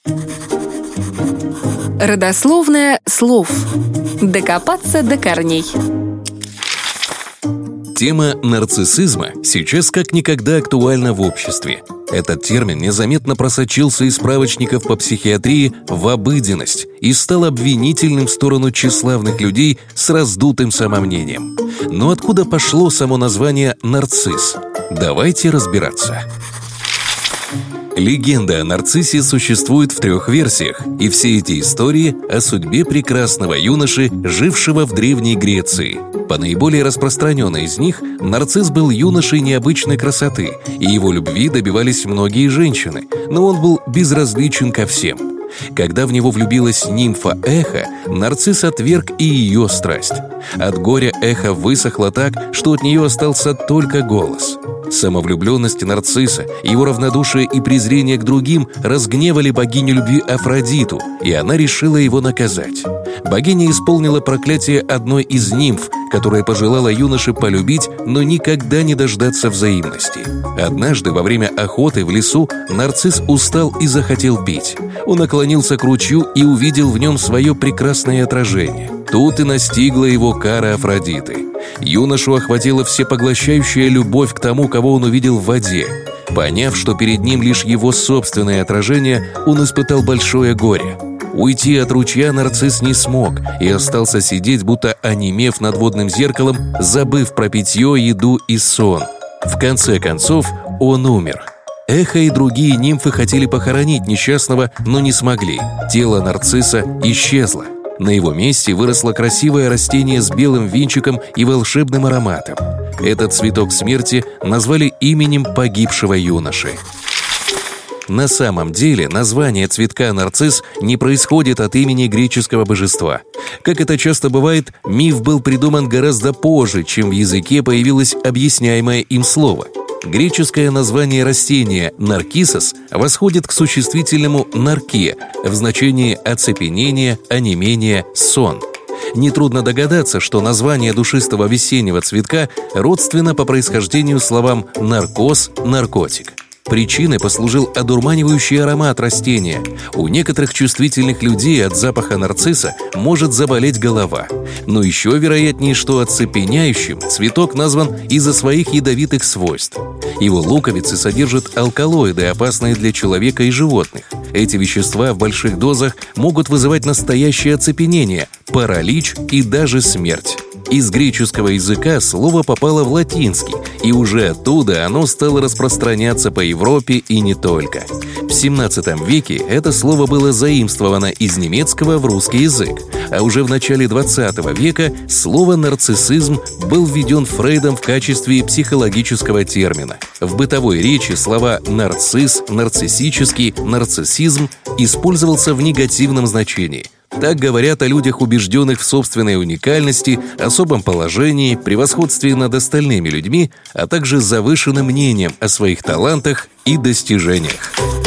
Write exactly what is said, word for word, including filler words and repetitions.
Родословное слов. Докопаться до корней. Тема нарциссизма сейчас как никогда актуальна в обществе. Этот термин незаметно просочился из справочников по психиатрии в обыденность и стал обвинительным в сторону тщеславных людей с раздутым самомнением. Но откуда пошло само название «нарцисс»? Давайте разбираться. Легенда о нарциссе существует в трех версиях, и все эти истории о судьбе прекрасного юноши, жившего в Древней Греции. По наиболее распространенной из них, нарцисс был юношей необычной красоты, и его любви добивались многие женщины, но он был безразличен ко всем. Когда в него влюбилась нимфа Эхо, нарцисс отверг и ее страсть. От горя Эхо высохла так, что от нее остался только голос. Самовлюбленность нарцисса, его равнодушие и презрение к другим разгневали богиню любви Афродиту, и она решила его наказать. Богиня исполнила проклятие одной из нимф, которая пожелала юноше полюбить, но никогда не дождаться взаимности. Однажды во время охоты в лесу нарцисс устал и захотел пить. Он наклонился к ручью и увидел в нем свое прекрасное отражение. Тут и настигла его кара Афродиты. Юношу охватила всепоглощающая любовь к тому, кого он увидел в воде. Поняв, что перед ним лишь его собственное отражение, он испытал большое горе. Уйти от ручья нарцисс не смог и остался сидеть, будто онемев над водным зеркалом, забыв про питье, еду и сон. В конце концов, он умер. Эхо и другие нимфы хотели похоронить несчастного, но не смогли. Тело нарцисса исчезло. На его месте выросло красивое растение с белым венчиком и волшебным ароматом. Этот цветок смерти назвали именем погибшего юноши. На самом деле название цветка нарцисс не происходит от имени греческого божества. Как это часто бывает, миф был придуман гораздо позже, чем в языке появилось объясняемое им слово. Греческое название растения «наркиссос» восходит к существительному «нарке» в значении оцепенение, онемение, сон. Нетрудно догадаться, что название душистого весеннего цветка родственно по происхождению словам «наркоз», «наркотик». Причиной послужил одурманивающий аромат растения. У некоторых чувствительных людей от запаха нарцисса может заболеть голова. Но еще вероятнее, что оцепеняющим цветок назван из-за своих ядовитых свойств. Его луковицы содержат алкалоиды, опасные для человека и животных. Эти вещества в больших дозах могут вызывать настоящее оцепенение, паралич и даже смерть. Из греческого языка слово попало в латинский, и уже оттуда оно стало распространяться по Европе и не только. В семнадцатом веке это слово было заимствовано из немецкого в русский язык, а уже в начале двадцатого века слово «нарциссизм» был введен Фрейдом в качестве психологического термина. В бытовой речи слова «нарцисс», «нарциссический», «нарциссизм» использовался в негативном значении. Так говорят о людях, убежденных в собственной уникальности, особом положении, превосходстве над остальными людьми, а также завышенным мнением о своих талантах и достижениях.